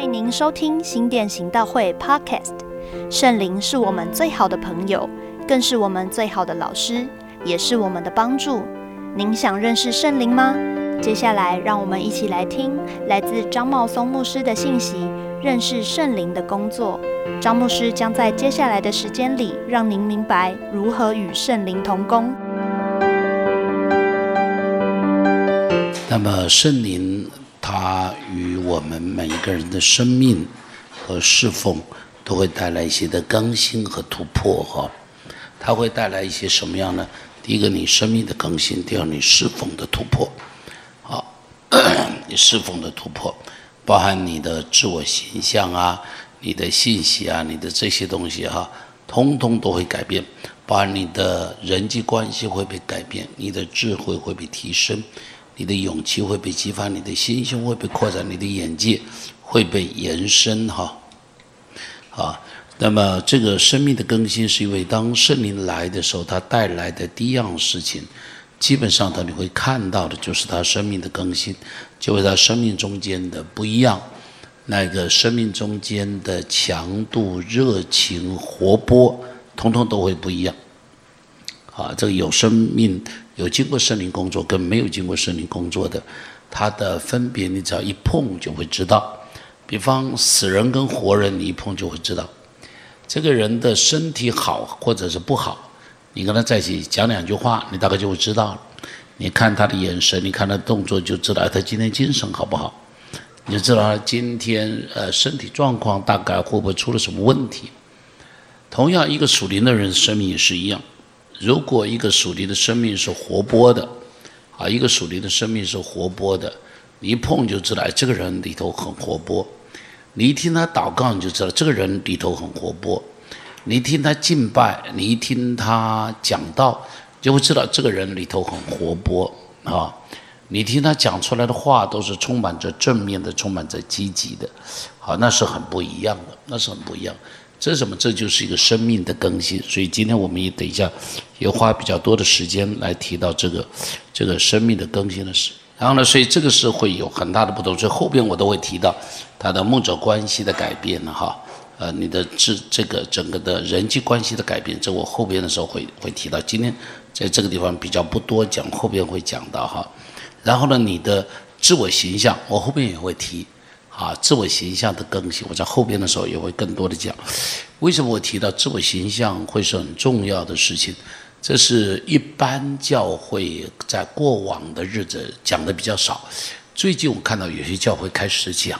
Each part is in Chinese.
迎您收听新店行道会 Podcast。圣灵是我们最好的朋友，更是我们最好的老师，也是我们的帮助。您想认识圣灵吗？接下来，让我们一起来听来自张茂松牧师的信息，认识圣灵的工作。张牧师将在接下来的时间里，让您明白如何与圣灵同工。 那么，圣灵它与我们每一个人的生命和侍奉都会带来一些的更新和突破哈。它会带来一些什么样呢？第一个，你生命的更新；第二，你侍奉的突破。好，你侍奉的突破，包含你的自我形象啊、你的信息啊、你的这些东西哈，通通都会改变。包含你的人际关系会被改变，你的智慧会被提升。你的勇气会被激发，你的心胸会被扩展，你的眼界会被延伸哈。那么这个生命的更新，是因为当圣灵来的时候，他带来的第一样事情，基本上你会看到的就是他生命的更新，就是他生命中间的不一样，那个生命中间的强度、热情、活泼，通通都会不一样。这个有生命、有经过圣灵工作跟没有经过圣灵工作的，它的分别你只要一碰就会知道。比方死人跟活人，你一碰就会知道这个人的身体好或者是不好，你跟他在一起讲两句话，你大概就会知道了。你看他的眼神，你看他的动作，就知道他今天精神好不好，你就知道他今天身体状况大概会不会出了什么问题。同样，一个属灵的人生命也是一样。如果一个属灵的生命是活泼的，一个属灵的生命是活泼的，你一碰就知道，这个人里头很活泼。你一听他祷告，你就知道这个人里头很活泼。你一听他敬拜，你一听他讲道，就会知道这个人里头很活泼啊。你听他讲出来的话都是充满着正面的，充满着积极的，那是很不一样的，那是很不一样。这是什么？这就是一个生命的更新。所以今天我们也等一下也花比较多的时间来提到这个生命的更新的事。然后呢，所以这个是会有很大的不同。所以后边我都会提到他的牧者关系的改变哈，你的这个整个的人际关系的改变，这我后边的时候会提到。今天在这个地方比较不多讲，后边会讲到哈。然后呢，你的自我形象，我后边也会提。自我形象的更新，我在后边的时候也会更多的讲。为什么我提到自我形象会是很重要的事情？这是一般教会在过往的日子讲的比较少。最近我看到有些教会开始讲，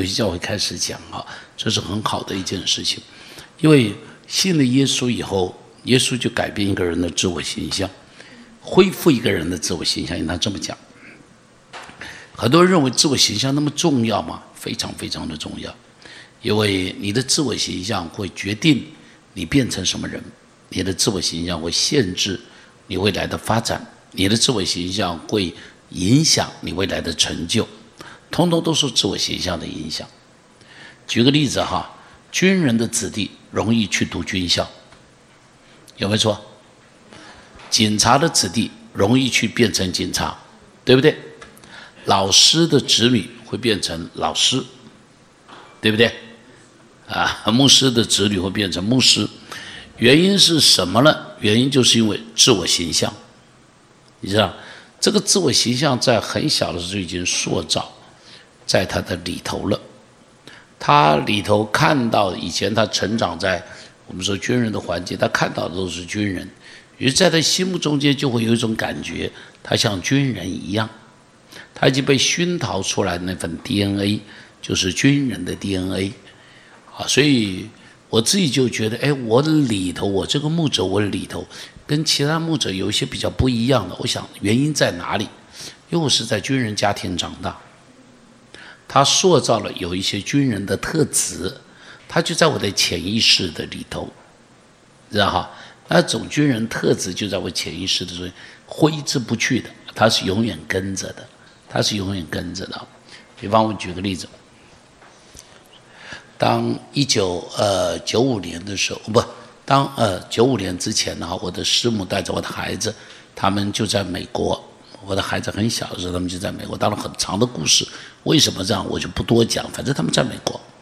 这是很好的一件事情。因为信了耶稣以后，耶稣就改变一个人的自我形象，恢复一个人的自我形象，应当这么讲。很多人认为自我形象那么重要吗？非常非常的重要，因为你的自我形象会决定你变成什么人，你的自我形象会限制你未来的发展，你的自我形象会影响你未来的成就，通通都是自我形象的影响。举个例子哈，军人的子弟容易去读军校，有没有错？警察的子弟容易去变成警察，对不对？老师的子女会变成老师，对不对？牧师的子女会变成牧师，原因是什么呢？原因就是因为自我形象。你知道，这个自我形象在很小的时候已经塑造在他的里头了。他里头看到以前他成长在我们说军人的环境，他看到的都是军人，于是在他心目中间就会有一种感觉，他像军人一样。他已经被熏陶出来的那份 DNA 就是军人的 DNA 所以我自己就觉得，我里头，我这个牧者，我里头跟其他牧者有一些比较不一样的。我想原因在哪里？因为我是在军人家庭长大，他塑造了有一些军人的特质，他就在我的潜意识的里头，知道哈？那种军人特质就在我潜意识的中挥之不去的，他是永远跟着的。比方我举个例子，当1995年的时候，当95年之前呢，我的师母带着我的孩子，他们就在美国。我的孩子很小的时候，他们就在美国，当了很长的故事。为什么这样，我就不多讲。反正他们在美国，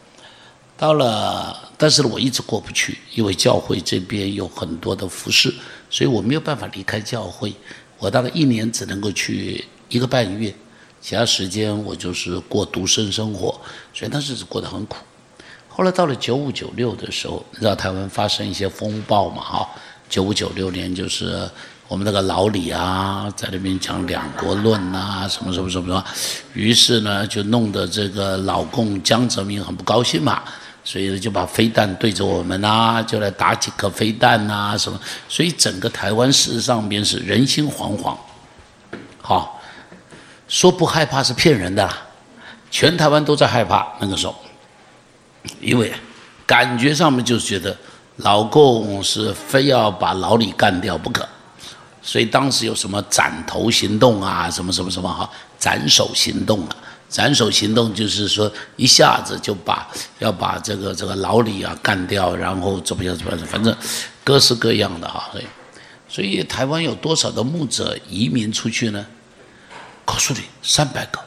但是我一直过不去，因为教会这边有很多的服事，所以我没有办法离开教会。我大概1年只能够去1个半月，其他时间我就是过独身生活，所以那日子过得很苦。后来到了95、96的时候，你知道台湾发生一些风暴嘛？哈，95、96年就是我们那个老李啊，在那边讲两国论啊，什么什么什么，于是呢就弄得这个老共江泽民很不高兴嘛。所以就把飞弹对着我们啊，就来打几颗飞弹啊什么，所以整个台湾事实上面是人心惶惶。好，说不害怕是骗人的啦，全台湾都在害怕那个时候，因为感觉上面就是觉得老共是非要把老李干掉不可，所以当时有什么斩头行动啊，什么什么什么哈，斩首行动啊。斩首行动就是说一下子就要把这个老李啊干掉，然后怎么样，反正各式各样的哈。所以台湾有多少的牧者移民出去呢？告诉你，300个。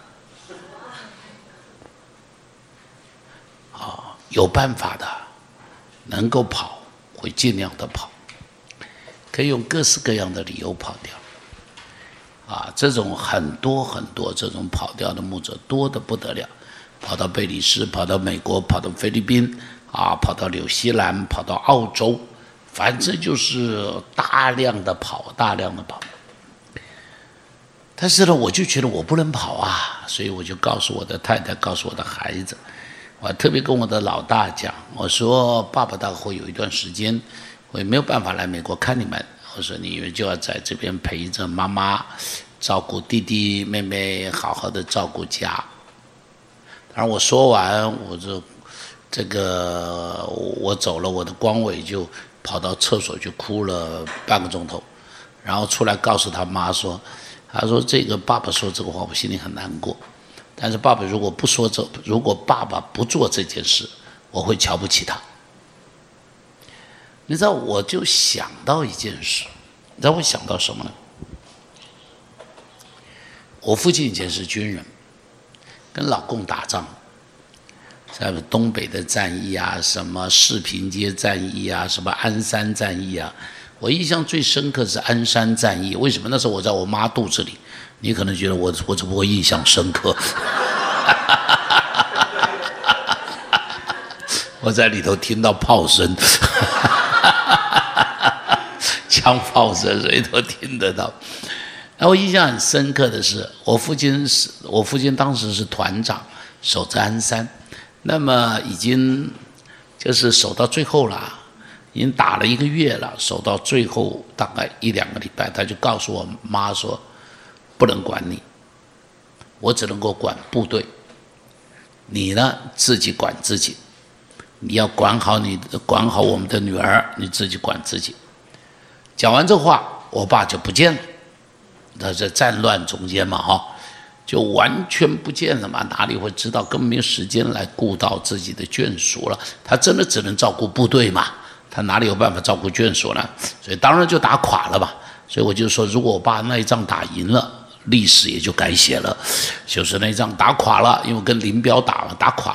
有办法的，能够跑会尽量的跑，可以用各式各样的理由跑掉。这种很多很多这种跑掉的牧者多得不得了，跑到贝里斯，跑到美国，跑到菲律宾，跑到纽西兰，跑到澳洲，反正就是大量的跑，大量的跑。但是呢，我就觉得我不能跑啊，所以我就告诉我的太太，告诉我的孩子，我特别跟我的老大讲，我说爸爸大概会有一段时间，我也没有办法来美国看你们。我说你们就要在这边陪着妈妈，照顾弟弟妹妹，好好的照顾家。当然我说完，我走了，我的光伟就跑到厕所去哭了半个钟头，然后出来告诉他妈说，他说这个爸爸说这个话，我心里很难过。但是爸爸如果爸爸不做这件事，我会瞧不起他。你知道，我就想到一件事，你知道我想到什么呢？我父亲以前是军人，跟老共打仗，在东北的战役啊，什么士平街战役啊，什么鞍山战役啊，我印象最深刻是鞍山战役。为什么？那时候我在我妈肚子里，你可能觉得我只不过印象深刻，我在里头听到炮声。枪炮声谁都听得到。然后印象很深刻的是，我父亲当时是团长，守着鞍山，那么已经就是守到最后了，已经打了1个月了，守到最后大概1、2个礼拜，他就告诉我妈说，不能管你，我只能够管部队，你呢自己管自己，你要管好我们的女儿，你自己管自己。讲完这话，我爸就不见了。他在战乱中间嘛，就完全不见了嘛，哪里会知道，根本没有时间来顾到自己的眷属了。他真的只能照顾部队嘛，他哪里有办法照顾眷属呢？所以当然就打垮了嘛。所以我就说，如果我爸那一仗打赢了，历史也就改写了，就是那一仗打垮了，因为跟林彪打了，打垮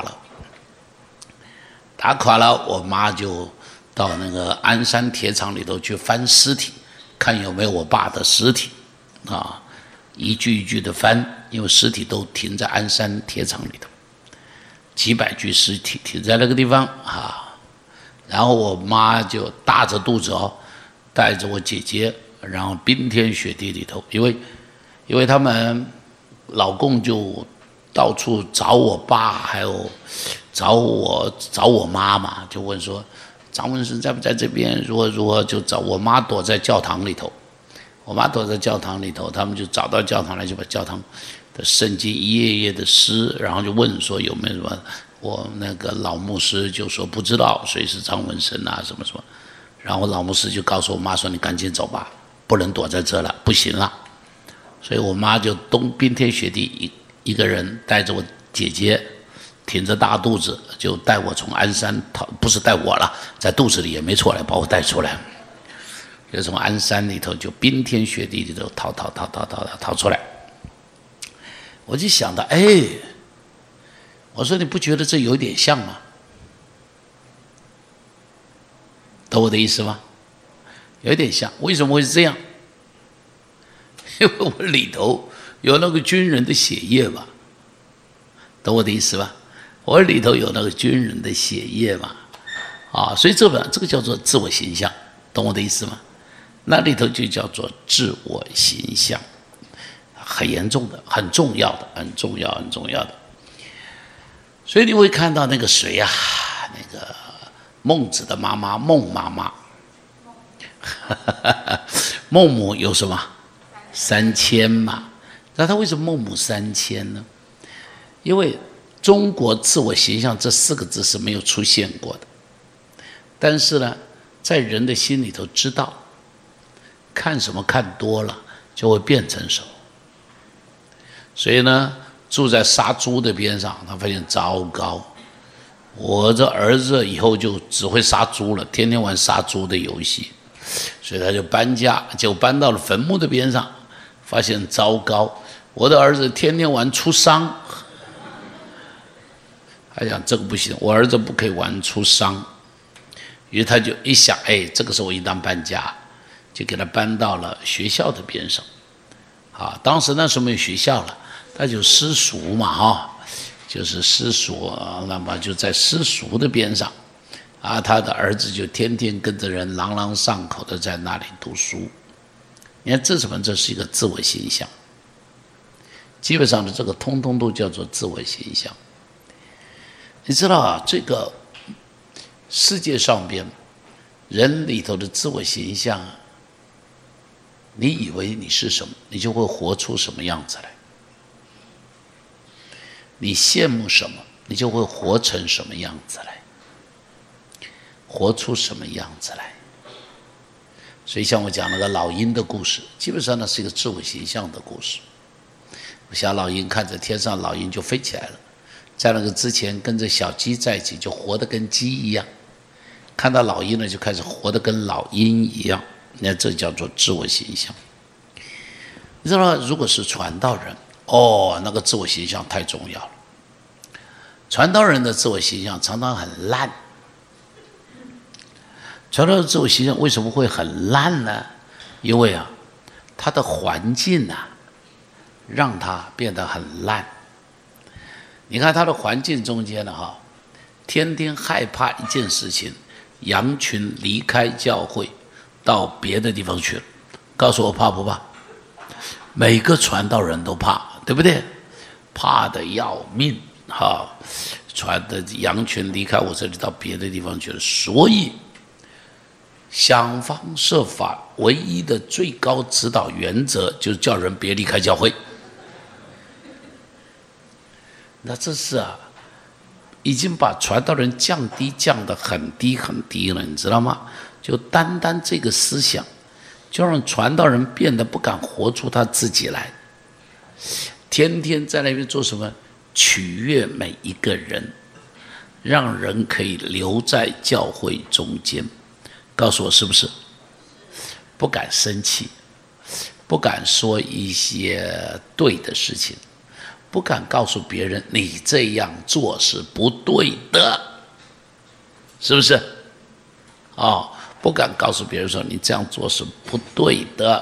了，我妈就到那个鞍山铁厂里头去翻尸体，看有没有我爸的尸体一具一具的翻，因为尸体都停在鞍山铁厂里头，几百具尸体停在那个地方然后我妈就大着肚子带着我姐姐，然后冰天雪地里头，因为他们老共就到处找我爸，还有找我妈嘛，就问说张文生在不在这边？如何就找我妈躲在教堂里头，他们就找到教堂来，就把教堂的圣经一页页的诗，然后就问说有没有什么，我那个老牧师就说不知道谁是张文生啊，什么什么，然后老牧师就告诉我妈说你赶紧走吧，不能躲在这了，不行了，所以我妈就冰天雪地一个人带着我姐姐。挺着大肚子就带我从鞍山不是带我了，在肚子里也没错来把我带出来，就从鞍山里头就冰天雪地里头逃出来。我就想到，我说你不觉得这有点像吗？ 懂我的意思吗？有点像。为什么会是这样？因为我里头有那个军人的血液嘛，懂我的意思吧？我里头有那个军人的血液嘛，所以这个叫做自我形象，懂我的意思吗？那里头就叫做自我形象，很严重的，很重要的，很重要的。所以你会看到那个谁啊，那个孟子的妈妈孟妈妈，孟母有什么3000嘛？那他为什么孟母3000呢？因为中国自我形象这4个字是没有出现过的，但是呢，在人的心里头知道，看什么看多了就会变成什么。所以呢，住在杀猪的边上，他发现糟糕，我这儿子以后就只会杀猪了，天天玩杀猪的游戏，所以他就搬家，就搬到了坟墓的边上，发现糟糕，我的儿子天天玩出商。他讲这个不行，我儿子不可以玩出商，于是他就一想，这个时候我应当搬家，就给他搬到了学校的边上。当时那时候没有学校了，他就私塾嘛，就是私塾，那么就在私塾的边上，他的儿子就天天跟着人朗朗上口的在那里读书。你看这什么？这是一个自我形象。基本上的这个通通都叫做自我形象。你知道这个世界上边人里头的自我形象，你以为你是什么，你就会活出什么样子来；你羡慕什么，你就会活成什么样子来，活出什么样子来。所以像我讲那个老鹰的故事，基本上那是一个自我形象的故事。小老鹰看着天上，老鹰就飞起来了。在那个之前跟着小鸡在一起，就活得跟鸡一样，看到老鹰呢就开始活得跟老鹰一样。那这叫做自我形象。你知道如果是传道人，那个自我形象太重要了。传道人的自我形象常常很烂。传道人的自我形象为什么会很烂呢？因为他的环境让他变得很烂。你看他的环境中间天天害怕一件事情，羊群离开教会到别的地方去了。告诉我怕不怕？每个传道人都怕，对不对？怕得要命传的羊群离开我这里到别的地方去了，所以想方设法，唯一的最高指导原则就是叫人别离开教会。那这是已经把传道人降得很低很低了，你知道吗？就单单这个思想，就让传道人变得不敢活出他自己来，天天在那边做什么？取悦每一个人，让人可以留在教会中间。告诉我是不是？不敢生气，不敢说一些对的事情，不敢告诉别人你这样做是不对的，是不是？不敢告诉别人说你这样做是不对的。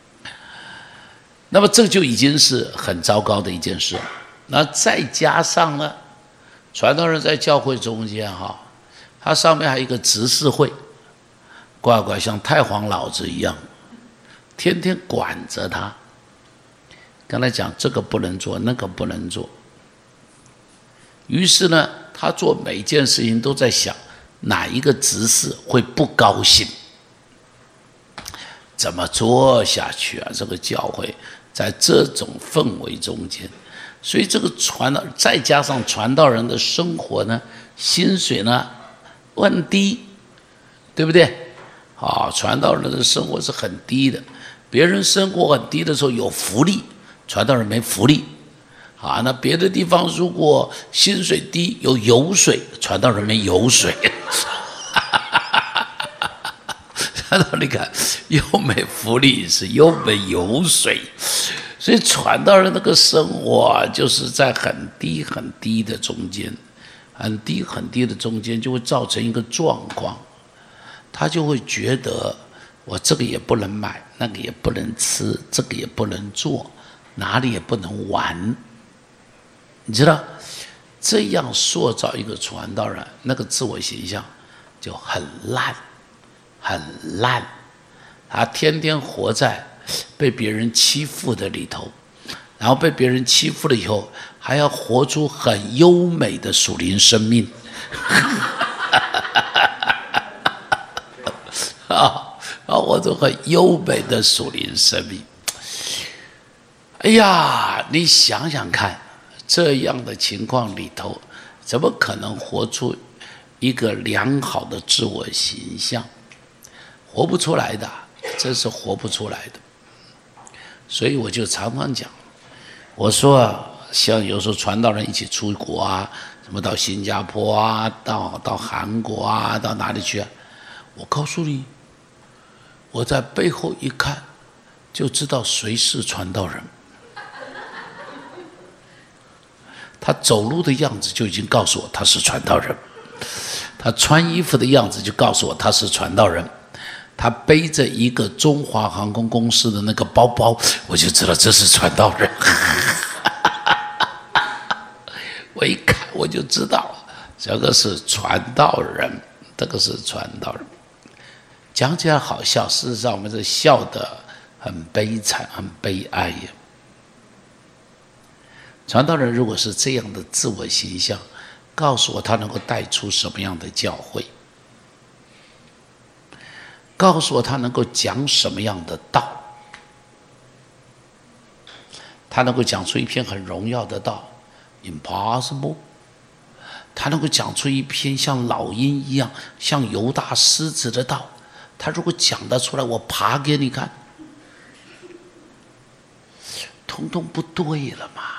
那么这就已经是很糟糕的一件事。那再加上呢，传道人在教会中间他上面还有一个执事会，乖乖像太皇老子一样，天天管着他，跟他讲这个不能做，那个不能做。于是呢，他做每件事情都在想哪一个执事会不高兴，怎么做下去这个教会在这种氛围中间，所以这个再加上传道人的生活呢，薪水呢很低，对不对？传道人的生活是很低的，别人生活很低的时候有福利，传道人没福利。那别的地方如果薪水低有油水，传道人没油水。你看，又没福利是又没油水，所以传道人那个生活就是在很低很低的中间，很低很低的中间就会造成一个状况。 他就会觉得我这个也不能买，那个也不能吃，这个也不能做，哪里也不能玩。你知道，这样塑造一个传道人，那个自我形象就很烂，很烂。他天天活在被别人欺负的里头，然后被别人欺负了以后，还要活出很优美的属灵生命。活出很优美的属灵生命。哎呀，你想想看，这样的情况里头，怎么可能活出一个良好的自我形象？活不出来的，这是活不出来的。所以我就常常讲，我说像有时候传道人一起出国啊，什么到新加坡啊，到韩国啊，到哪里去啊？我告诉你，我在背后一看，就知道谁是传道人。他走路的样子就已经告诉我他是传道人，他穿衣服的样子就告诉我他是传道人，他背着一个中华航空公司的那个包包，我就知道这是传道人。我一看我就知道这个是传道人，这个是传道人。讲起来好笑，事实上我们是笑得很悲惨，很悲哀呀。传道人如果是这样的自我形象，告诉我他能够带出什么样的教会，告诉我他能够讲什么样的道，他能够讲出一篇很荣耀的道 impossible， 他能够讲出一篇像老鹰一样像犹大狮子的道，他如果讲得出来，我爬给你看，通通不对了嘛。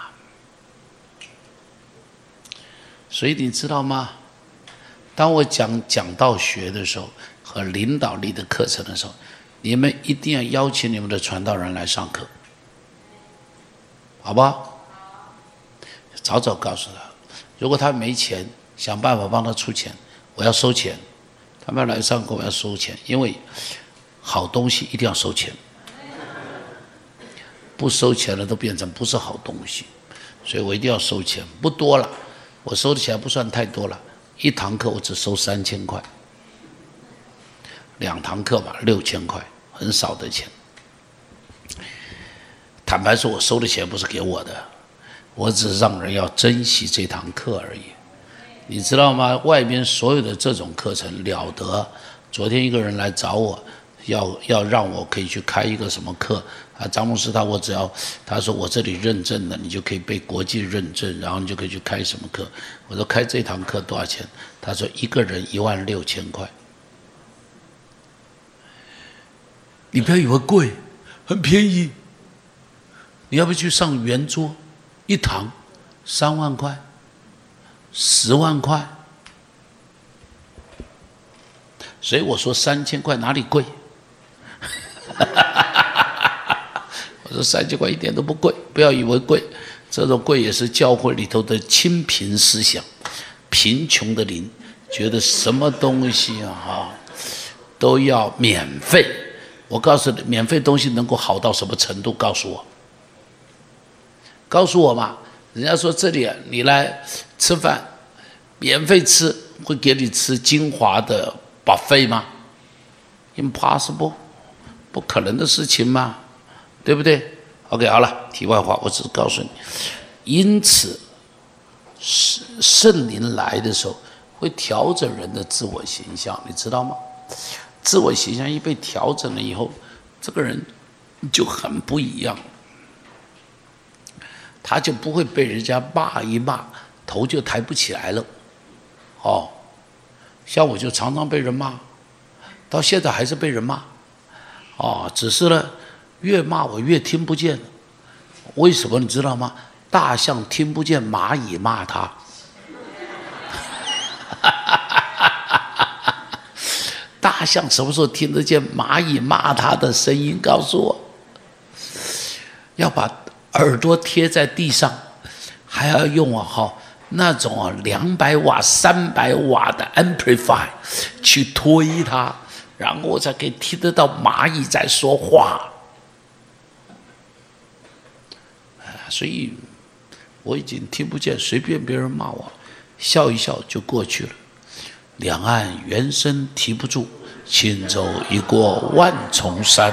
所以你知道吗？当我讲道学的时候和领导力的课程的时候，你们一定要邀请你们的传道人来上课，好不好？早早告诉他，如果他没钱，想办法帮他出钱，我要收钱。他们要来上课，我要收钱，因为好东西一定要收钱，不收钱了都变成不是好东西，所以我一定要收钱，不多了。我收的钱不算太多了，一堂课我只收3000块，2堂课吧6000块，很少的钱。坦白说，我收的钱不是给我的，我只是让人要珍惜这堂课而已。你知道吗？外边所有的这种课程了得。昨天一个人来找我，要让我可以去开一个什么课啊？张牧师他说我这里认证的，你就可以被国际认证，然后你就可以去开什么课？我说开这堂课多少钱？他说一个人16000块。你不要以为贵，很便宜。你要不去上圆桌，一堂3万块，10万块。所以我说3000块哪里贵？我说3000块一点都不贵，不要以为贵，这种贵也是教会里头的清贫思想，贫穷的灵觉得什么东西都要免费。我告诉你，免费东西能够好到什么程度？告诉我嘛！人家说这里你来吃饭，免费吃，会给你吃精华的buffet吗 ？Impossible， 不可能的事情嘛，对不对 ？OK， 好了，题外话，我只是告诉你，因此圣灵来的时候会调整人的自我形象，你知道吗？自我形象一被调整了以后，这个人就很不一样，他就不会被人家骂一骂，头就抬不起来了。像我就常常被人骂，到现在还是被人骂，只是呢，越骂我越听不见。为什么你知道吗？大象听不见蚂蚁骂它。大象什么时候听得见蚂蚁骂它的声音？告诉我，要把耳朵贴在地上，还要用那种200瓦、300瓦的 amplify 去推它， 然后我才可以听得到蚂蚁在说话。所以我已经听不见，随便别人骂我，笑一笑就过去了。两岸猿声啼不住，轻舟已过万重山。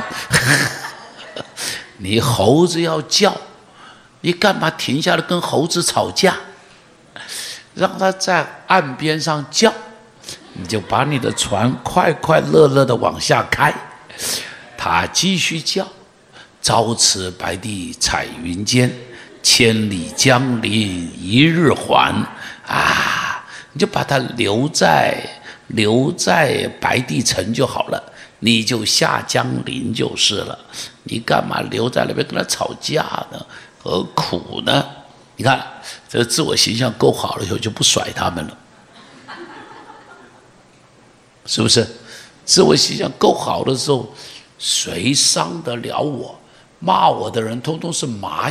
你猴子要叫，你干嘛停下来跟猴子吵架？让他在岸边上叫，你就把你的船快快乐乐的往下开。他继续叫，朝辞白帝彩云间，千里江陵一日还。你就把它留在白帝城就好了，你就下江陵就是了。你干嘛留在那边跟他吵架呢？何苦呢？你看这个自我形象够好了以后，就不甩他们了，是不是？自我形象够好的时候，谁伤得了我？骂我的人通通是蚂蚁。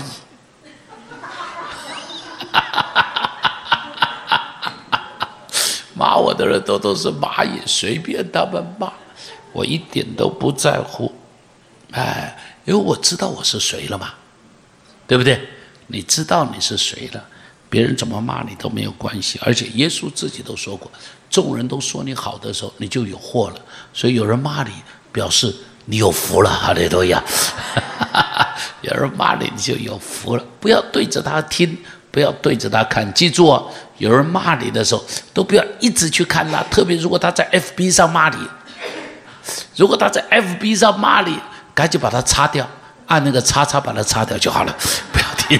骂我的人都是蚂蚁，随便他们骂，我一点都不在乎。因为我知道我是谁了嘛，对不对？你知道你是谁了，别人怎么骂你都没有关系。而且耶稣自己都说过，众人都说你好的时候，你就有祸了。所以有人骂你，表示你有福了，哈利路亚。有人骂你，你就有福了。不要对着他听，不要对着他看。记住哦，有人骂你的时候，都不要一直去看他。特别如果他在 FB 上骂你，赶紧把它擦掉，按那个叉叉把它擦掉就好了，不要听。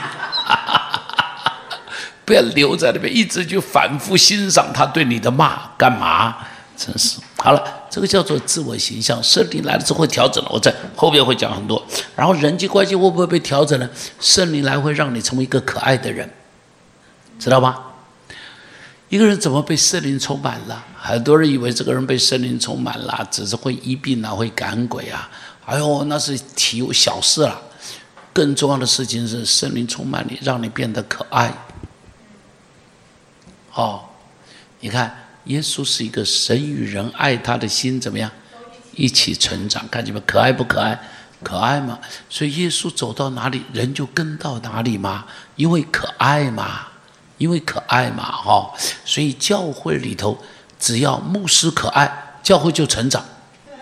不要留在那边一直去反复欣赏他对你的骂，干嘛？真是好了，这个叫做自我形象。圣灵来了之后会调整了，我在后边会讲很多。然后人际关系会不会被调整呢？圣灵来会让你成为一个可爱的人，知道吗？一个人怎么被圣灵充满了？很多人以为这个人被圣灵充满了，只是会医病啊，会赶鬼啊。哎呦，那是小事了。更重要的事情是，圣灵充满你，让你变得可爱。你看，耶稣是一个神与人爱他的心怎么样？一起成长，看见没？可爱不可爱？可爱嘛。所以耶稣走到哪里，人就跟到哪里嘛，因为可爱嘛。所以教会里头，只要牧师可爱，教会就成长。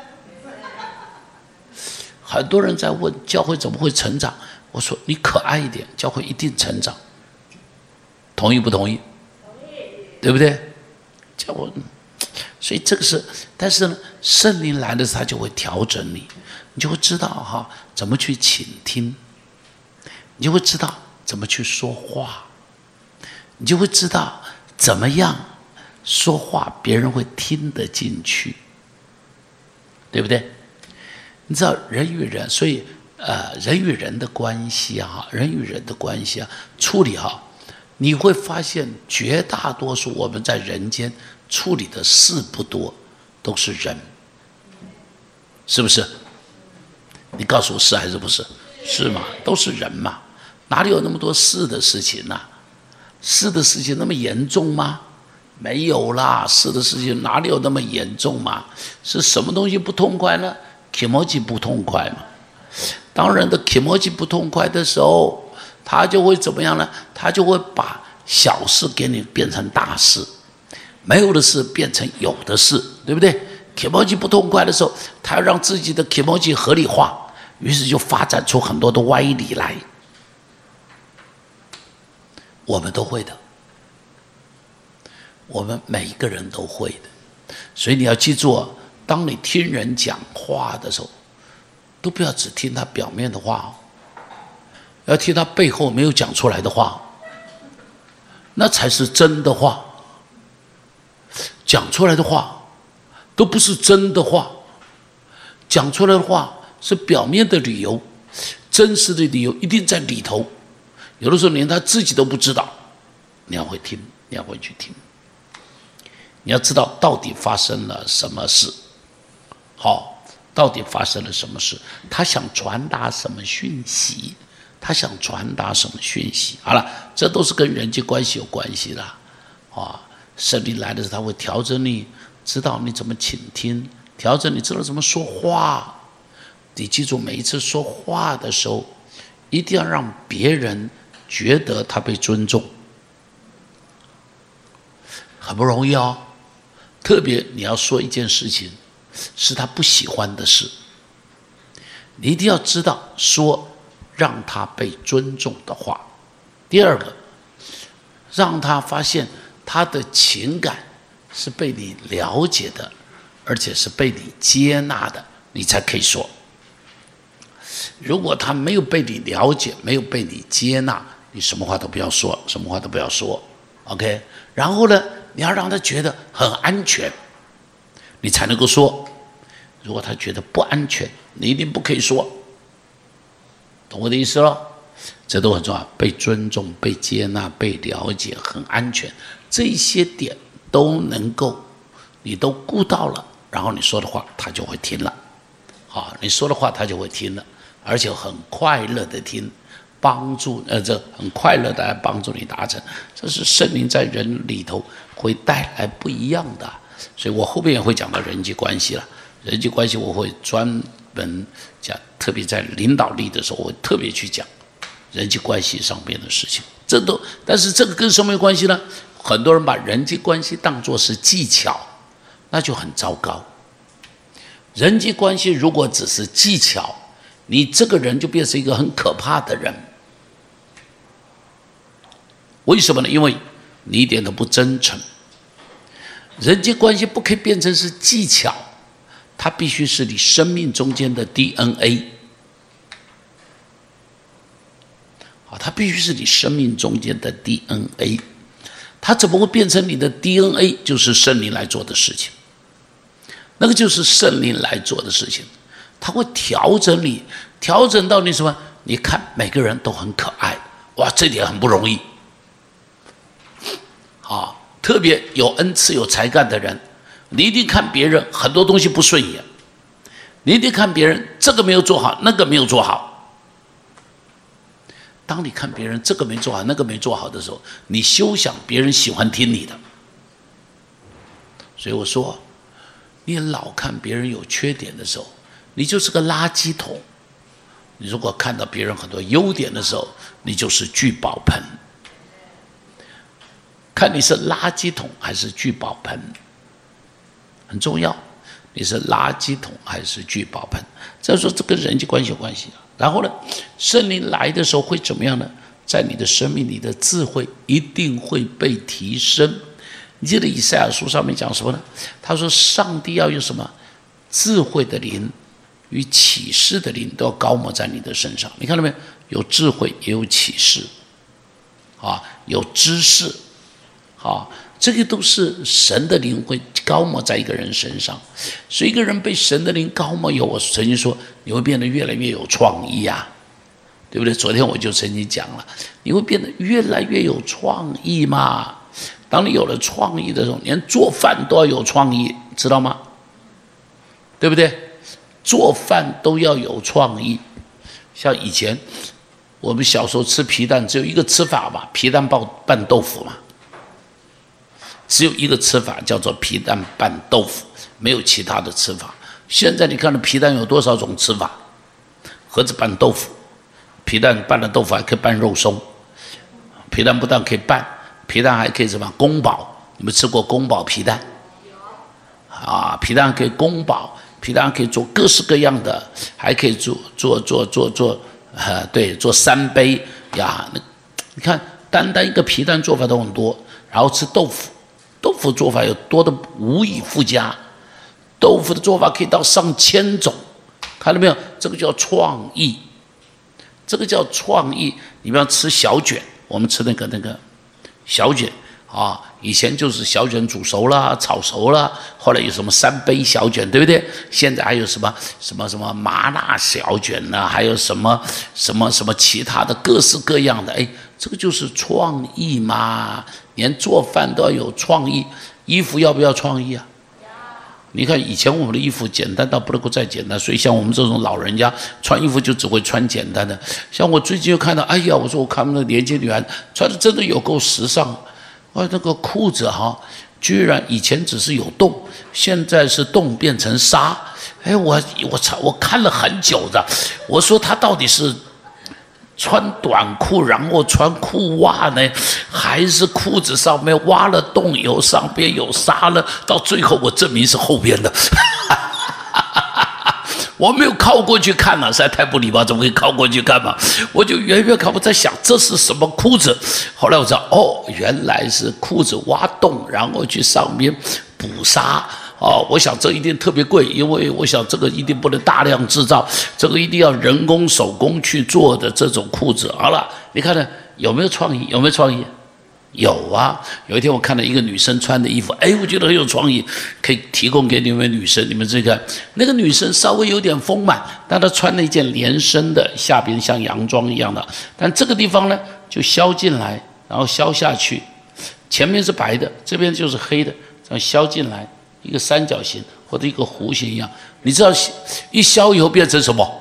很多人在问教会怎么会成长，我说你可爱一点，教会一定成长。同意不同意？对不对？教会，所以这个是，但是呢，圣灵来的时候，他就会调整你，你就会知道怎么去倾听，你就会知道怎么去说话，你就会知道怎么样说话别人会听得进去，对不对？你知道人与人，所以人与人的关系处理你会发现绝大多数我们在人间处理的事不多，都是人，是不是？你告诉我是还是不是？是吗？都是人嘛，哪里有那么多事的事情啊？事的事情那么严重吗？没有啦，事的事情哪里有那么严重嘛？是什么东西不痛快呢？気持ち不痛快嘛。当人的気持ち不痛快的时候，他就会怎么样呢？他就会把小事给你变成大事，没有的事变成有的事，对不对？気持ち不痛快的时候，他要让自己的気持ち合理化，于是就发展出很多的歪理来。我们都会的，我们每一个人都会的。所以你要记住当你听人讲话的时候，都不要只听他表面的话，要听他背后没有讲出来的话，那才是真的话。讲出来的话都不是真的话，讲出来的话是表面的理由，真实的理由一定在里头。有的时候连他自己都不知道，你要会听，你要会去听，你要知道到底发生了什么事。到底发生了什么事？他想传达什么讯息？好了，这都是跟人际关系有关系的。圣灵来的时候，他会调整你，知道你怎么倾听调整你知道怎么说话。你记住，每一次说话的时候，一定要让别人觉得他被尊重，很不容易哦。特别你要说一件事情是他不喜欢的事，你一定要知道说让他被尊重的话。第二个，让他发现他的情感是被你了解的，而且是被你接纳的，你才可以说。如果他没有被你了解，没有被你接纳，你什么话都不要说，什么话都不要说 OK。 然后呢，你要让他觉得很安全，你才能够说。如果他觉得不安全，你一定不可以说，懂我的意思咯？这都很重要，被尊重、被接纳、被了解，很安全，这些点都能够你都顾到了，然后你说的话他就会听了。好，你说的话他就会听了，而且很快乐的听，帮助这很快乐的来帮助你达成。这是圣灵在人里头会带来不一样的。所以我后面也会讲到人际关系了。人际关系我会专门讲，特别在领导力的时候，我会特别去讲人际关系上面的事情。但是这个跟什么有关系呢？很多人把人际关系当作是技巧，那就很糟糕。人际关系如果只是技巧，你这个人就变成一个很可怕的人。为什么呢？因为你一点都不真诚。人际关系不可以变成是技巧，它必须是你生命中间的 DNA。 好，它必须是你生命中间的 DNA。 它怎么会变成你的 DNA？ 就是圣灵来做的事情，那个就是圣灵来做的事情。它会调整你，调整到你什么？你看每个人都很可爱，哇，这点很不容易。好，特别有恩赐有才干的人，你一定看别人很多东西不顺眼，你一定看别人这个没有做好，那个没有做好。当你看别人这个没做好，那个没做好的时候，你休想别人喜欢听你的。所以我说，你老看别人有缺点的时候，你就是个垃圾桶。你如果看到别人很多优点的时候，你就是聚宝盆。看你是垃圾桶还是聚宝盆，很重要。你是垃圾桶还是聚宝盆？再说这跟人际关系有关系。然后呢，圣灵来的时候会怎么样呢？在你的生命里的智慧一定会被提升。你记得以赛亚书上面讲什么呢？他说上帝要有什么？智慧的灵与启示的灵都要高抹在你的身上。你看到没有？有智慧也有启示，有知识，这个都是神的灵会高抹在一个人身上。所以一个人被神的灵高抹，我曾经说你会变得越来越有创意啊，对不对？昨天我就曾经讲了，你会变得越来越有创意嘛。当你有了创意的时候，连做饭都要有创意，知道吗？对不对？做饭都要有创意。像以前我们小时候吃皮蛋，只有一个吃法嘛，皮蛋拌豆腐嘛，只有一个吃法叫做皮蛋拌豆腐，没有其他的吃法。现在你看到皮蛋有多少种吃法？盒子拌豆腐，皮蛋拌了豆腐还可以拌肉松，皮蛋不但可以拌，皮蛋还可以什么宫保？你们吃过宫保皮蛋？皮蛋可以宫保，皮蛋可以做各式各样的，还可以做三杯呀。你看，单单一个皮蛋做法都很多，然后吃豆腐，豆腐做法有多的无以复加，豆腐的做法可以到上千种，看到没有？这个叫创意，这个叫创意。你不要吃小卷，我们吃那个小卷以前就是小卷煮熟了、炒熟了，后来有什么三杯小卷，对不对？现在还有什么麻辣小卷呢？还有什么其他的各式各样的，这个就是创意嘛。连做饭都要有创意，衣服要不要创意啊？你看以前我们的衣服简单到不能够再简单，所以像我们这种老人家穿衣服就只会穿简单的。像我最近又看到，我说我看那个年轻女孩穿的真的有够时尚，那个裤子居然以前只是有洞，现在是洞变成沙。哎，我看了很久的，我说他到底是穿短裤然后穿裤袜呢，还是裤子上面挖了洞以后上边有沙了？到最后我证明是后边的。我没有靠过去看实在太不礼貌，怎么可以靠过去看嘛？我就远远看，我在想这是什么裤子。后来我知道，原来是裤子挖洞，然后去上面补沙。我想这一定特别贵，因为我想这个一定不能大量制造，这个一定要人工手工去做的这种裤子。好了，你看呢，有没有创意？有没有创意？有啊！有一天我看到一个女生穿的衣服，我觉得很有创意，可以提供给你们女生。你们自己看，那个女生稍微有点丰满，但她穿了一件连身的，下边像洋装一样的，但这个地方呢就削进来，然后削下去，前面是白的，这边就是黑的，这样削进来，一个三角形或者一个弧形一样。你知道一削以后变成什么？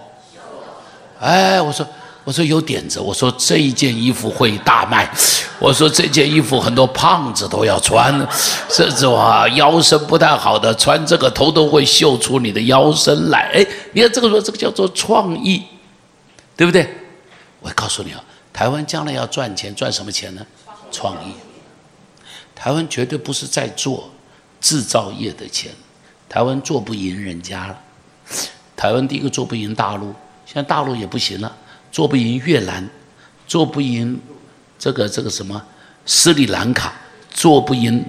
我说有点子，我说这一件衣服会大卖，我说这件衣服很多胖子都要穿，甚至腰身不太好的穿这个头都会秀出你的腰身来。你看这个叫做创意，对不对？我告诉你台湾将来要赚钱，赚什么钱呢？创意。台湾绝对不是在做制造业的钱，台湾做不赢人家了。台湾第一个做不赢大陆，现在大陆也不行了。做不赢越南，做不赢这个什么斯里兰卡，做不赢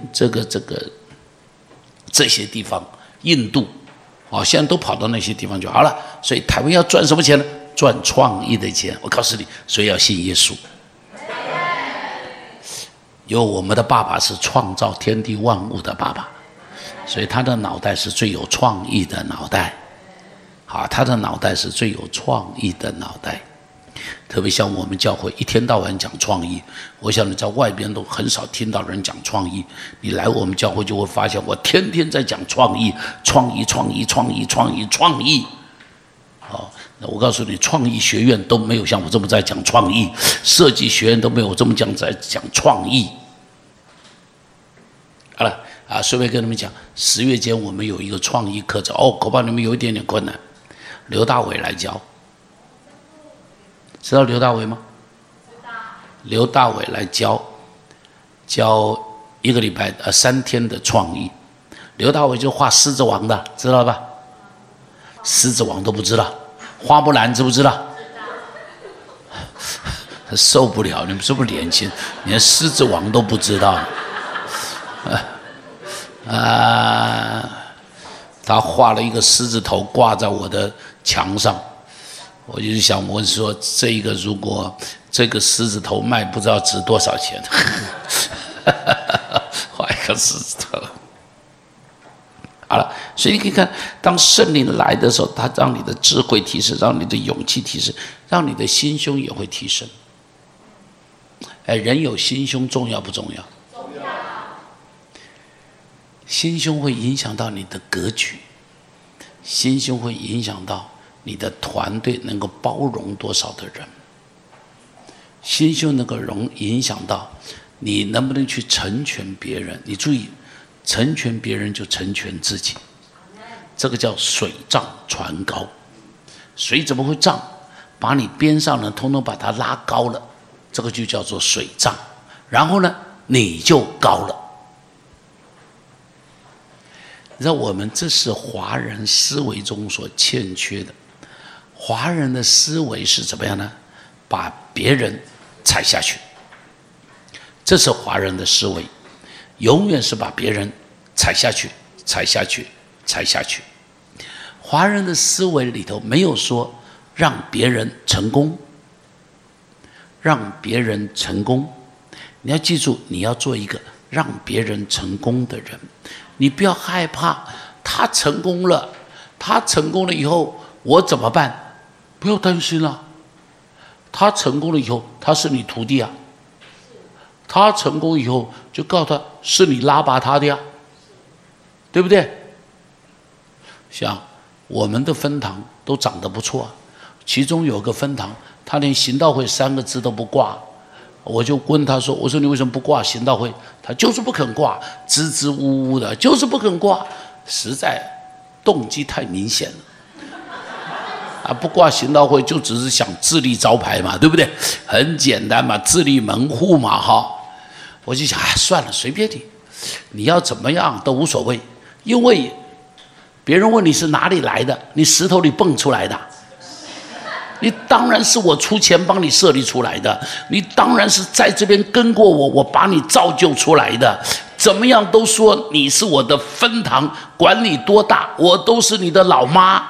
这些地方，印度，现在都跑到那些地方就好了。所以台湾要赚什么钱呢？赚创意的钱。我告诉你，所以要信耶稣。因为我们的爸爸是创造天地万物的爸爸，所以他的脑袋是最有创意的脑袋。他的脑袋是最有创意的脑袋。特别像我们教会一天到晚讲创意，我想你在外边都很少听到人讲创意，你来我们教会就会发现我天天在讲创意。那我告诉你，创意学院都没有像我这么在讲创意，设计学院都没有我这么在讲创意。好了顺便跟你们讲，10月间我们有一个创意课程，恐怕你们有一点点困难，刘大伟来教。知道刘大伟吗？知道。刘大伟来教1个礼拜3天的创意。刘大伟就画狮子王的，知道吧？狮子王都不知道，花木兰知不知道？知道。受不了，你们是不是年轻？连狮子王都不知道？他画了一个狮子头挂在我的墙上。我就想问说，如果这个狮子头卖不知道值多少钱？画一个狮子头。好了，所以你可以看，当圣灵来的时候，他让你的智慧提升，让你的勇气提升，让你的心胸也会提升。人有心胸重要不重要？重要。心胸会影响到你的格局，心胸会影响到你的团队能够包容多少的人，心胸能够影响到你能不能去成全别人。你注意，成全别人就成全自己，这个叫水涨船高。水怎么会涨？把你边上人通通把它拉高了，这个就叫做水涨。然后呢，你就高了。你知道我们这是华人思维中所欠缺的。华人的思维是怎么样呢？把别人踩下去，这是华人的思维，永远是把别人踩下去。华人的思维里头没有说让别人成功，你要记住，你要做一个让别人成功的人。你不要害怕他成功了以后我怎么办？不要担心了，他成功了以后他是你徒弟啊，他成功以后就告诉他是你拉拔他的呀，对不对？像我们的分堂都长得不错，其中有个分堂他连行道会3个字都不挂， 我就问他说：“我说你为什么不挂行道会？”他就是不肯挂，支支吾吾的，就是不肯挂，实在动机太明显了。不挂行道会就只是想自立招牌嘛，对不对？很简单嘛，自立门户嘛，哈。我就想，算了，随便你，你要怎么样都无所谓，因为别人问你是哪里来的，你石头里蹦出来的，你当然是我出钱帮你设立出来的，你当然是在这边跟过我，我把你造就出来的。怎么样都说你是我的分堂，管你多大，我都是你的老妈。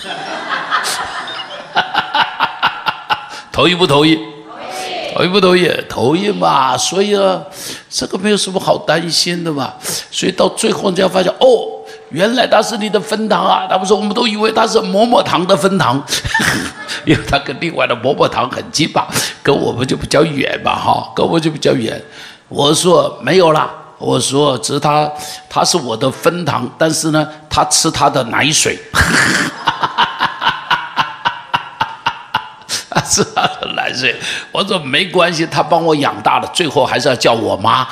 同意不同意？同意不同意？同意嘛。所以这个没有什么好担心的嘛。所以到最后人家发现，原来他是你的分堂啊！他们说我们都以为他是某某堂的分堂，因为他跟另外的某某堂很近吧，跟我们就比较远嘛，哈，跟我们就比较远。我说没有啦，我说只是他是我的分堂，但是呢，他吃他的奶水。是他的奶水，我说没关系，他帮我养大了，最后还是要叫我妈。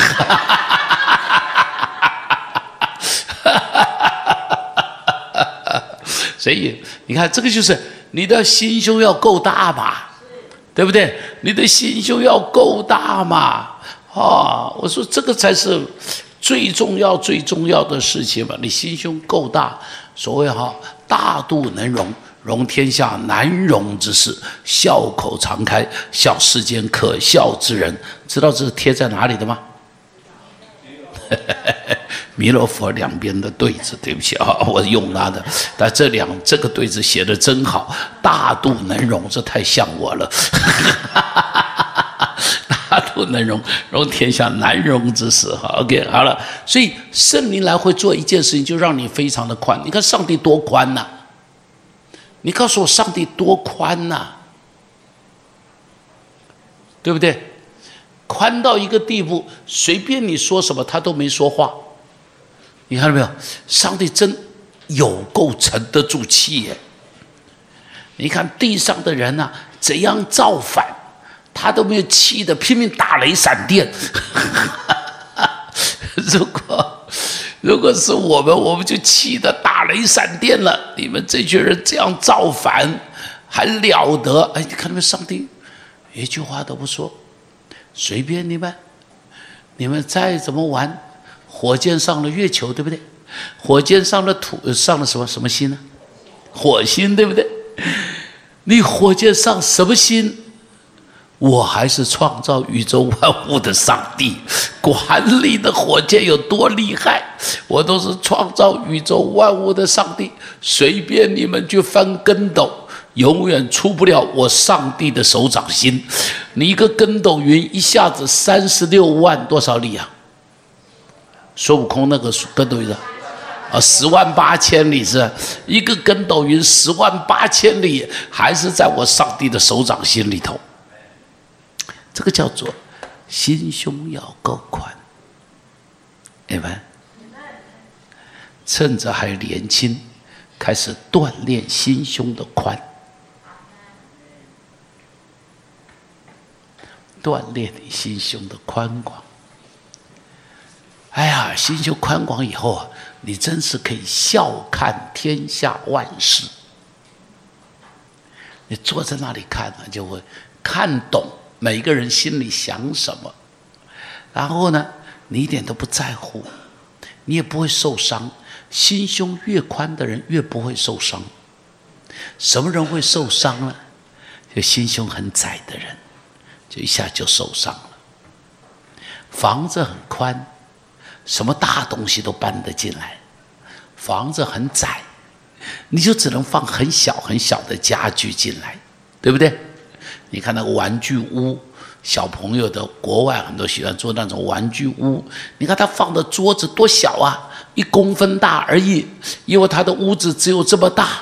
所以你看，这个就是你的心胸要够大嘛，对不对？你的心胸要够大嘛，我说这个才是最重要的事情嘛。你心胸够大，所谓大度能容。容天下难容之事，笑口常开，笑世间可笑之人。知道这是贴在哪里的吗？弥勒佛两边的对子，对不起我用他的，但这个对子写得真好，大度能容，这太像我了。大度能容，容天下难容之事。OK， 好了，所以圣灵来会做一件事情，就让你非常的宽。你看上帝多宽呐！你告诉我，上帝多宽呐，对不对？宽到一个地步，随便你说什么，他都没说话。你看到没有？上帝真有够沉得住气耶！你看地上的人啊，怎样造反，他都没有气的拼命打雷闪电。如果是我们就气得打雷闪电了。你们这群人这样造反，还了得？你看你们上帝一句话都不说，随便你们再怎么玩，火箭上了月球，对不对？火箭上了上了什么星呢？火星，对不对？你火箭上什么星？我还是创造宇宙万物的上帝，管理的火箭有多厉害，我都是创造宇宙万物的上帝，随便你们去翻跟斗，永远出不了我上帝的手掌心。你一个跟斗云一下子36万多少里啊？孙悟空那个跟斗云108000里是一个跟斗云108000里，还是在我上帝的手掌心里头。这个叫做心胸要够宽，明白？趁着还年轻，开始锻炼心胸的宽，锻炼你心胸的宽广。心胸宽广以后你真是可以笑看天下万事。你坐在那里看就会看懂每个人心里想什么，然后呢，你一点都不在乎，你也不会受伤。心胸越宽的人越不会受伤。什么人会受伤呢？就心胸很窄的人，就一下就受伤了。房子很宽，什么大东西都搬得进来；房子很窄，你就只能放很小很小的家具进来，对不对？你看那个玩具屋，小朋友的国外很多喜欢做那种玩具屋，你看他放的桌子多小啊，1公分大而已，因为他的屋子只有这么大，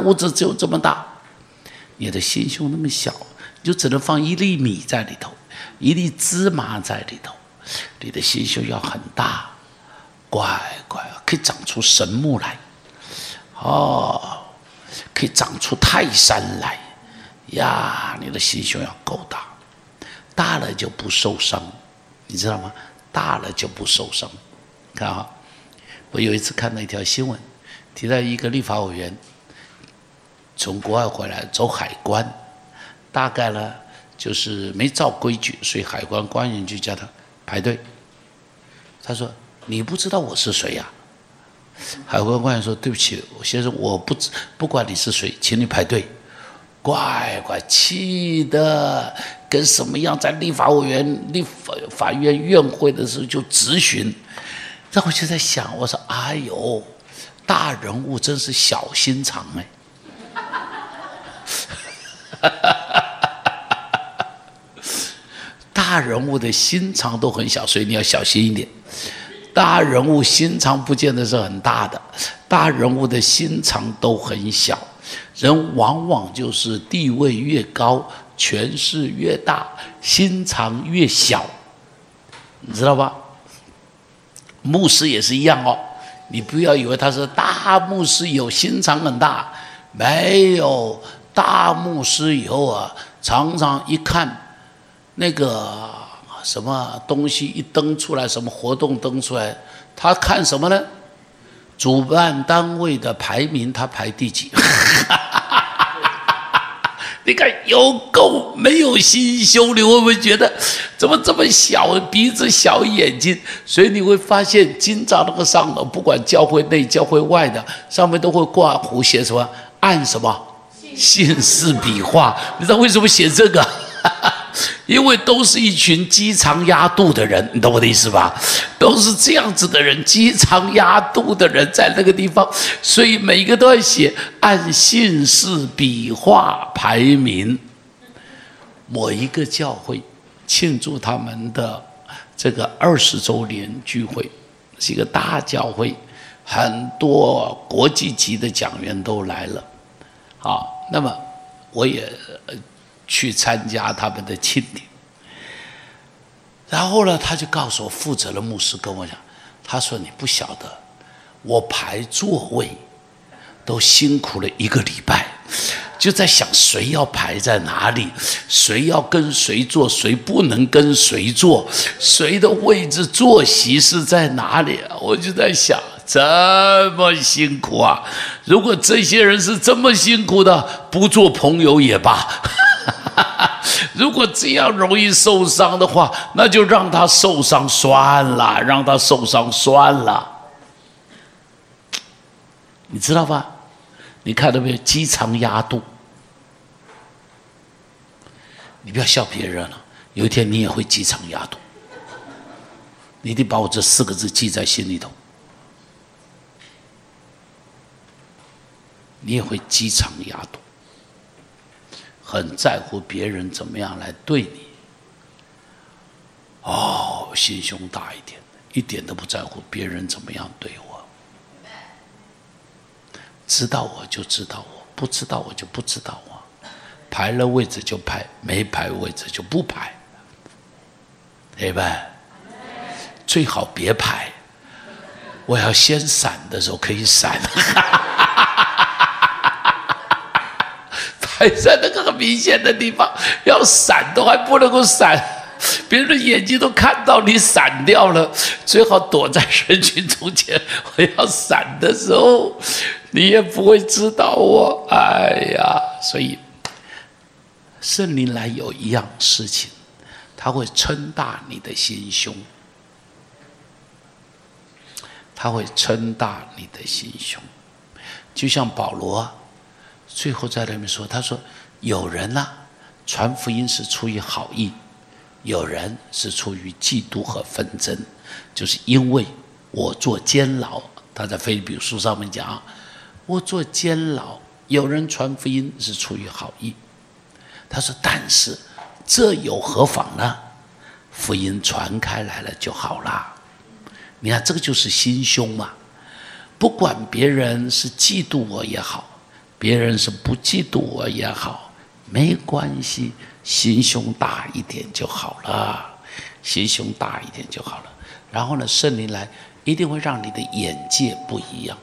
你的心胸那么小，你就只能放1粒米在里头，1粒芝麻在里头。你的心胸要很大，乖，可以长出神木来，可以长出泰山来呀！你的心胸要够大， 大了就不受伤，你知道吗？大了就不受伤。看啊，我有一次看到一条新闻，提到一个立法委员从国外回来走海关，大概呢就是没照规矩，所以海关官员就叫他排队。他说：“你不知道我是谁呀？”海关官员说：“对不起，先生，我不管你是谁，请你排队。”乖，气的跟什么样，在立法院院会的时候就质询。然后我就在想，我说：“哎呦，大人物真是小心肠哎。”大人物的心肠都很小，所以你要小心一点。大人物心肠不见得是很大的，大人物的心肠都很小。人往往就是地位越高，权势越大，心肠越小，你知道吧？牧师也是一样哦，你不要以为他是大牧师有心肠很大，没有。大牧师以后啊，常常一看那个什么东西一登出来，什么活动登出来，他看什么呢？主办单位的排名，他排第几？你看有够没有心胸，你会不会觉得怎么这么小鼻子小眼睛？所以你会发现，经常那个上头，不管教会内教会外的，上面都会挂弧写什么按什么姓氏笔画。你知道为什么写这个？因为都是一群鸡肠鸭肚的人，你懂我的意思吧？都是这样子的人，鸡肠鸭肚的人在那个地方，所以每一个都要写按姓氏笔画排名。某一个教会庆祝他们的这个20周年聚会，是一个大教会，很多国际级的讲员都来了。好，那么我也去参加他们的庆典，然后呢，他就告诉我，负责的牧师跟我讲，他说：“你不晓得，我排座位都辛苦了1个礼拜，就在想谁要排在哪里，谁要跟谁坐，谁不能跟谁坐，谁的位置坐席是在哪里。”我就在想，这么辛苦啊！如果这些人是这么辛苦的，不做朋友也罢。如果这样容易受伤的话，那就让他受伤算了，让他受伤算了，你知道吧？你看到没有？鸡肠鸭肚。你不要笑别人了，有一天你也会鸡肠鸭肚。你得把我这4个字记在心里头。你也会鸡肠鸭肚。很在乎别人怎么样来对你，心胸大一点，一点都不在乎别人怎么样对我。知道我就知道我，不知道我就不知道我，排了位置就排，没排位置就不排，对吧？最好别排，我要先闪的时候可以闪。排在那个很明显的地方，要闪都还不能够闪，别人的眼睛都看到你闪掉了，最好躲在人群中间。我要闪的时候，你也不会知道我。哎呀，所以圣灵来有一样事情，他会撑大你的心胸，他会撑大你的心胸，就像保罗最后在那边说，他说有人传福音是出于好意，有人是出于嫉妒和纷争，就是因为我做监牢，他在腓立比书上面讲，我做监牢，有人传福音是出于好意，他说但是这有何妨呢？福音传开来了就好啦。你看这个就是心胸嘛，不管别人是嫉妒我也好，别人是不嫉妒我也好，没关系，心胸大一点就好了，心胸大一点就好了。然后呢，圣灵来一定会让你的眼界不一样，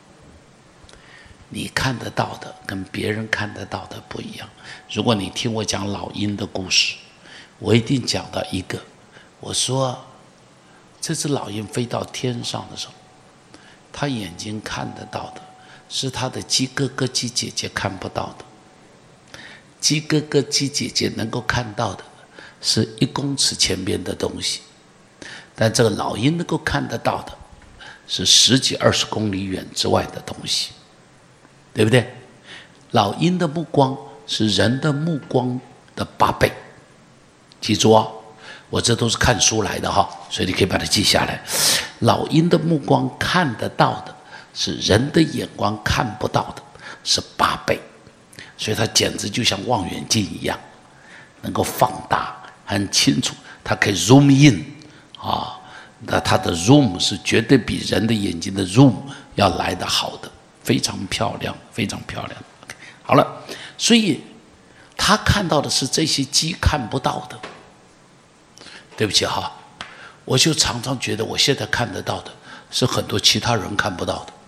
你看得到的跟别人看得到的不一样。如果你听我讲老鹰的故事， 我一定讲到一个，我说这只老鹰飞到天上的时候，他眼睛看得到的是他的鸡哥哥鸡姐姐看不到的，鸡哥哥鸡姐姐能够看到的是1公尺前边的东西，但这个老鹰能够看得到的是10几20公里远之外的东西，对不对？老鹰的目光是人的目光的8倍，记住哦，我这都是看书来的哈，所以你可以把它记下来。老鹰的目光看得到的是人的眼光看不到的，是8倍，所以它简直就像望远镜一样，能够放大很清楚，它可以 zoom in 啊，那它的 zoom 是绝对比人的眼睛的 zoom 要来得好的，非常漂亮，非常漂亮。Okay, 好了，所以他看到的是这些鸡看不到的。对不起哈，我就常常觉得我现在看得到的是很多其他人看不到的，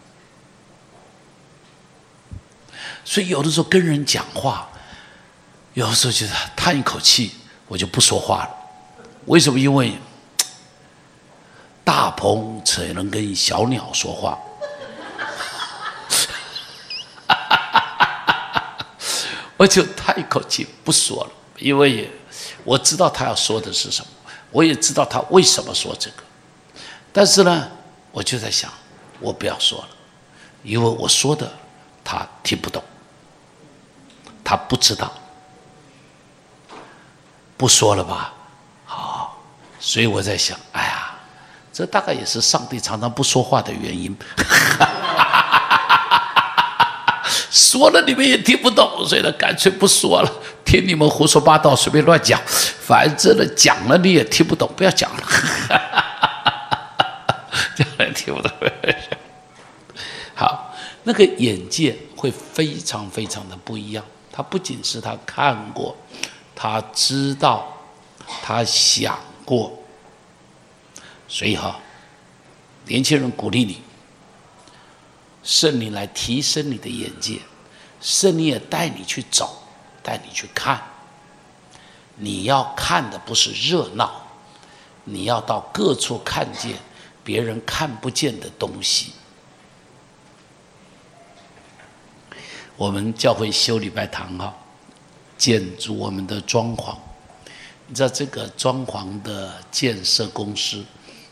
所以有的时候跟人讲话，有的时候就是叹一口气，我就不说话了。为什么？因为大鹏只能跟小鸟说话，我就叹一口气不说了，因为我知道他要说的是什么。我也知道他为什么说这个，但是呢，我就在想，我不要说了，因为我说的他听不懂，他不知道，不说了吧，好，所以我在想，哎呀，这大概也是上帝常常不说话的原因，说了你们也听不懂，所以呢，干脆不说了。听你们胡说八道，随便乱讲，反正呢讲了你也听不懂，不要讲了，讲了也听不懂。好，那个眼界会非常非常的不一样。他不仅是他看过，他知道，他想过。所以哈，年轻人鼓励你，圣灵来提升你的眼界，圣灵也带你去走。带你去看，你要看的不是热闹，你要到各处看见别人看不见的东西。我们教会修礼拜堂哈，建筑我们的装潢，你知道这个装潢的建设公司，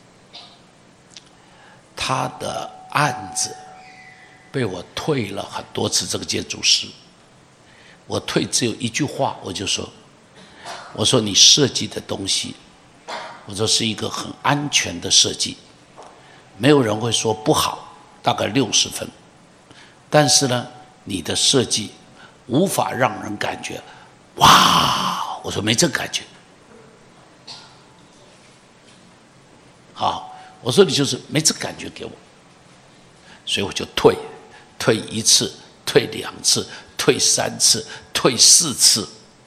他的案子被我退了很多次，这个建筑师。我退只有一句话，我就说，我说你设计的东西，我说是一个很安全的设计，没有人会说不好，大概60分，但是呢，你的设计无法让人感觉，哇，我说没这个感觉，好，我说你就是没这个感觉给我，所以我就退1次，退2次。退3次，退4次，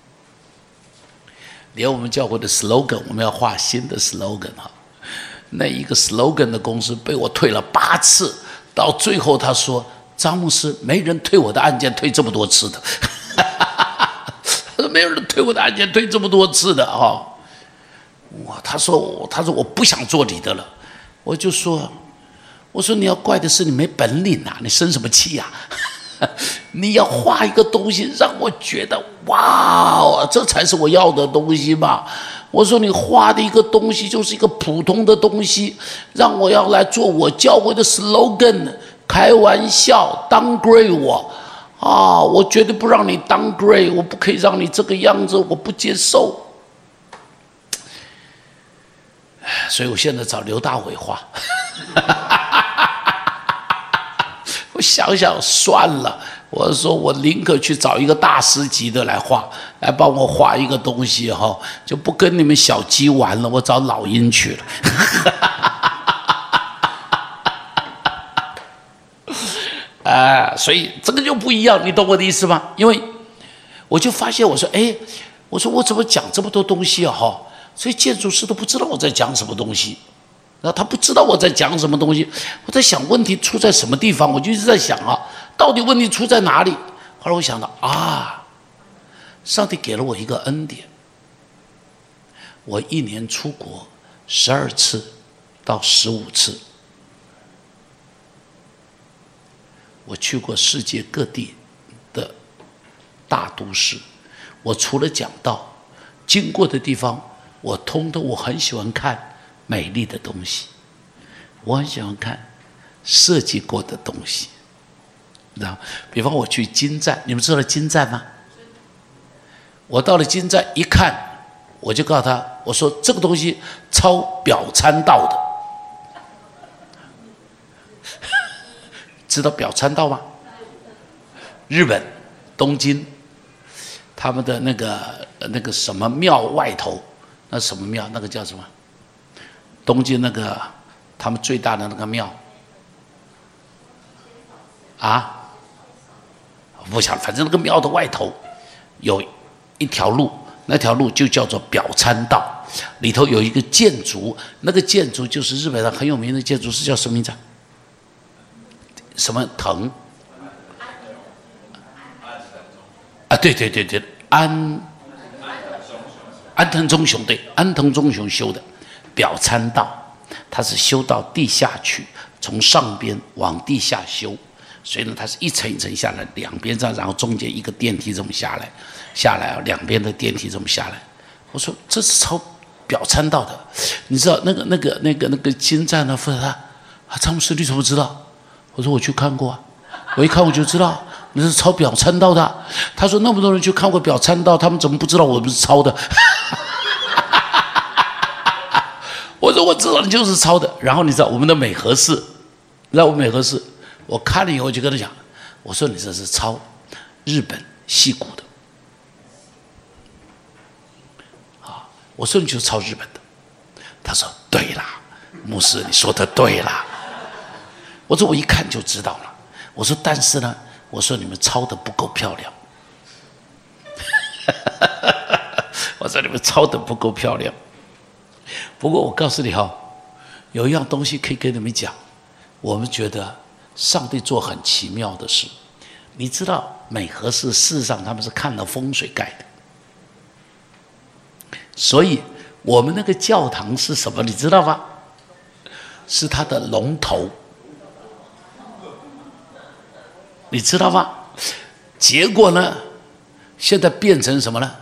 连我们教会的 slogan， 我们要画新的 slogan 哈。那一个 slogan 的公司被我退了8次，到最后他说：“张牧师，没人退我的案件退这么多次的。”他说：“没有人退我的案件退这么多次的哈。”哇，他说我不想做你的了，我就说，我说你要怪的是你没本领啊，你生什么气呀？你要画一个东西让我觉得哇，这才是我要的东西嘛。我说你画的一个东西就是一个普通的东西，让我要来做我教会的 slogan， 开玩笑 downgrade 我啊！我绝对不让你 downgrade， 我不可以让你这个样子，我不接受。所以我现在找刘大伟画。我想想算了，我说我宁可去找一个大师级的来画，来帮我画一个东西哈，就不跟你们小鸡玩了，我找老鹰去了。所以这个就不一样，你懂我的意思吗？因为我就发现，我说我怎么讲这么多东西啊哈，所以建筑师都不知道我在讲什么东西。然后他不知道我在讲什么东西，我在想问题出在什么地方，我就一直在想啊，到底问题出在哪里？后来我想到啊，上帝给了我一个恩典， 我一年出国12次到15次，我去过世界各地的大都市。我除了讲道，经过的地方，我很喜欢看美丽的东西，我很喜欢看设计过的东西。然后，比方我去金站，你们知道金站吗？我到了金站一看，我就告诉他，我说这个东西抄表参道的。知道表参道吗？日本东京，他们的那个什么庙外头，那什么庙？那个叫什么？东京那个他们最大的那个庙啊？不想，反正那个庙的外头有一条路，那条路就叫做表参道，里头有一个建筑，那个建筑就是日本的很有名的建筑，是叫什么名字？什么藤？啊，对，安藤忠雄，对，安藤忠雄修的表参道，它是修到地下去，从上边往地下修。所以呢，它是一层一层下来，两边这样，然后中间一个电梯这么下来两边的电梯这么下来。我说这是抄表参道的，你知道那个金站的负责他詹姆斯，你怎么知道？我说我去看过啊，我一看我就知道那是抄表参道的。他说那么多人去看过表参道，他们怎么不知道我们是抄的？我说我知道你就是抄的。然后你知道我们的美和市，我看了以后就跟他讲，我说你这是抄日本戏骨的，啊，我说你就是抄日本的。他说对啦，牧师你说的对啦。我说我一看就知道了。我说但是呢，我说你们抄的不够漂亮。我说你们抄的不够漂亮。不过我告诉你哈，有一样东西可以跟你们讲，我们觉得上帝做很奇妙的事。你知道美和市事实上他们是看了风水盖的，所以我们那个教堂是什么你知道吗？是它的龙头，你知道吗？结果呢，现在变成什么呢？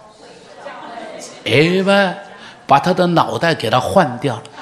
把他的脑袋给他换掉了。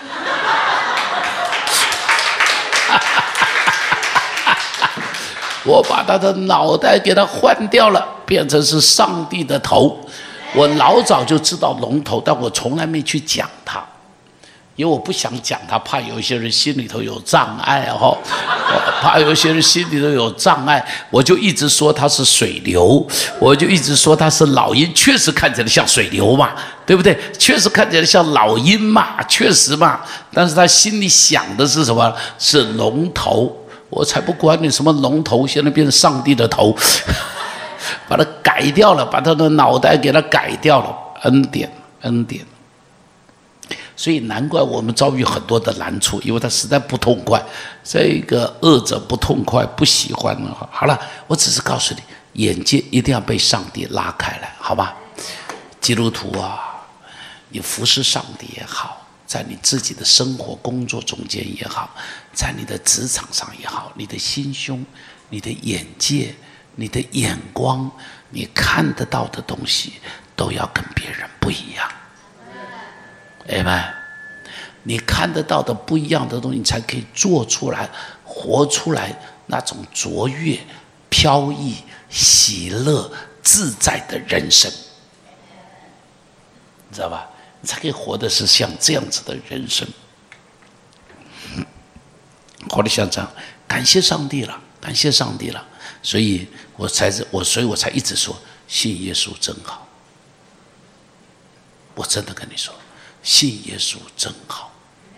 我把他的脑袋给他换掉了，变成是上帝的头。我老早就知道龙头，但我从来没去讲它，因为我不想讲它，怕有一些人心里头有障碍哈，怕有一些人心里头有障碍，我就一直说它是水流，我就一直说它是老鹰，确实看起来像水流嘛，对不对？确实看起来像老鹰嘛，确实嘛。但是他心里想的是什么？是龙头。我才不管你什么龙头，现在变成上帝的头，把它改掉了，把他的脑袋给他改掉了，恩典。所以难怪我们遭遇很多的难处，因为他实在不痛快，这个恶者不痛快，不喜欢。好了，我只是告诉你，眼界一定要被上帝拉开来，好吧？基督徒啊，你服侍上帝也好，在你自己的生活工作中间也好，在你的职场上也好，你的心胸、你的眼界、你的眼光，你看得到的东西都要跟别人不一样。Amen。你看得到的不一样的东西，你才可以做出来、活出来那种卓越、飘逸、喜乐、自在的人生，你知道吧？你才可以活的是像这样子的人生，活得像这样。感谢上帝了，感谢上帝了。所以我才一直说，信耶稣真好。我真的跟你说，信耶稣真好。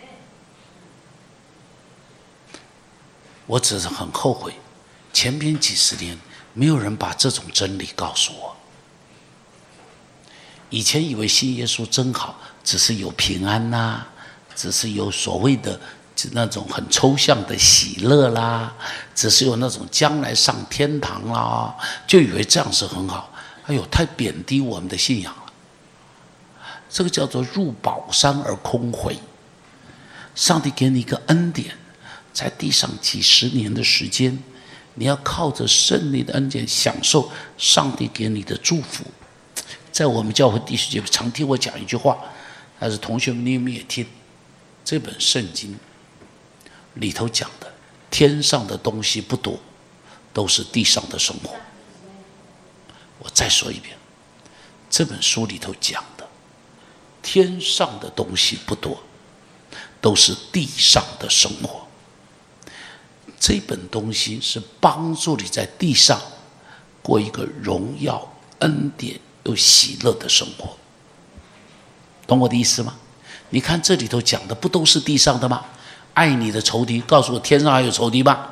我只是很后悔，前边几十年没有人把这种真理告诉我。以前以为信耶稣真好，只是有平安啦，只是有所谓的那种很抽象的喜乐啦，只是有那种将来上天堂啦，就以为这样是很好。哎呦，太贬低我们的信仰了。 这个叫做入宝山而空回。上帝给你一个恩典，在地上几十年的时间，你要靠着圣灵的恩典享受上帝给你的祝福。在我们教会弟兄姐妹常听我讲一句话，但是同学们你们也听，这本圣经里头讲的，天上的东西不多，都是地上的生活。我再说一遍，这本书里头讲的，天上的东西不多，都是地上的生活。这本东西是帮助你在地上过一个荣耀、恩典又喜乐的生活。懂我的意思吗？你看这里头讲的不都是地上的吗？爱你的仇敌，告诉我天上还有仇敌吗？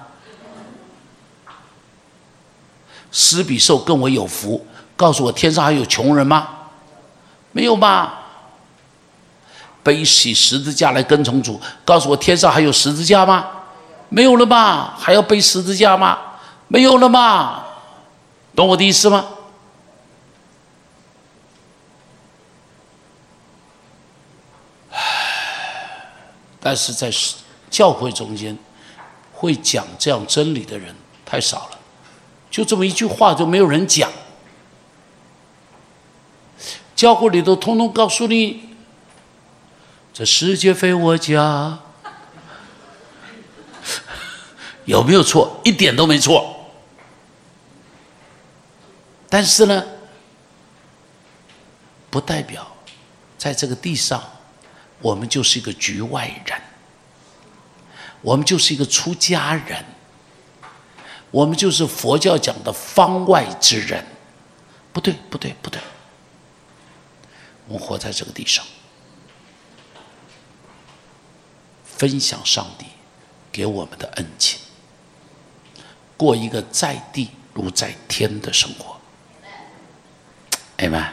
施比受更为有福，告诉我天上还有穷人吗？没有吧？背起十字架来跟从主，告诉我天上还有十字架吗？没有了吧？还要背十字架吗？没有了吧？懂我的意思吗？但是在教会中间会讲这样真理的人太少了，就这么一句话就没有人讲。教会里头通通告诉你，这世界非我家，有没有错？一点都没错。但是呢，不代表在这个地上我们就是一个局外人，我们就是一个出家人，我们就是佛教讲的方外之人。不对，不对，不对。我们活在这个地上，分享上帝给我们的恩情，过一个在地如在天的生活。Amen。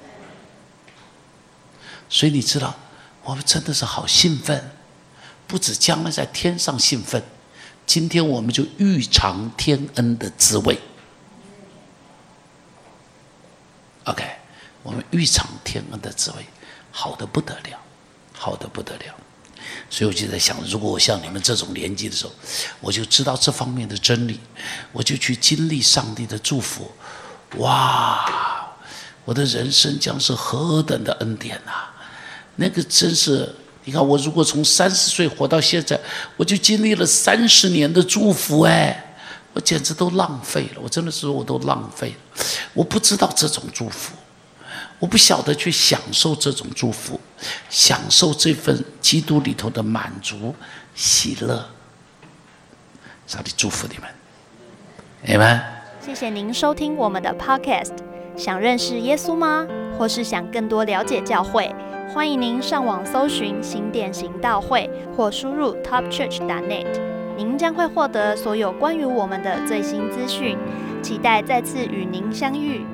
所以你知道，我们真的是好兴奋，不止将来在天上兴奋，今天我们就预尝天恩的滋味。OK， 我们预尝天恩的滋味，好得不得了，好得不得了。所以我就在想，如果我像你们这种年纪的时候，我就知道这方面的真理，我就去经历上帝的祝福，哇，我的人生将是何等的恩典啊！那个真是，你看我如果从30岁活到现在，我就经历了30年的祝福，我简直都浪费了，我真的是我都浪费了。我不知道这种祝福，我不晓得去享受这种祝福，享受这份基督里头的满足、喜乐。上帝祝福你们 ，Amen。 谢谢您收听我们的 Podcast。想认识耶稣吗？或是想更多了解教会？欢迎您上网搜寻新店行道会，或输入 topchurch.net， 您将会获得所有关于我们的最新资讯。期待再次与您相遇。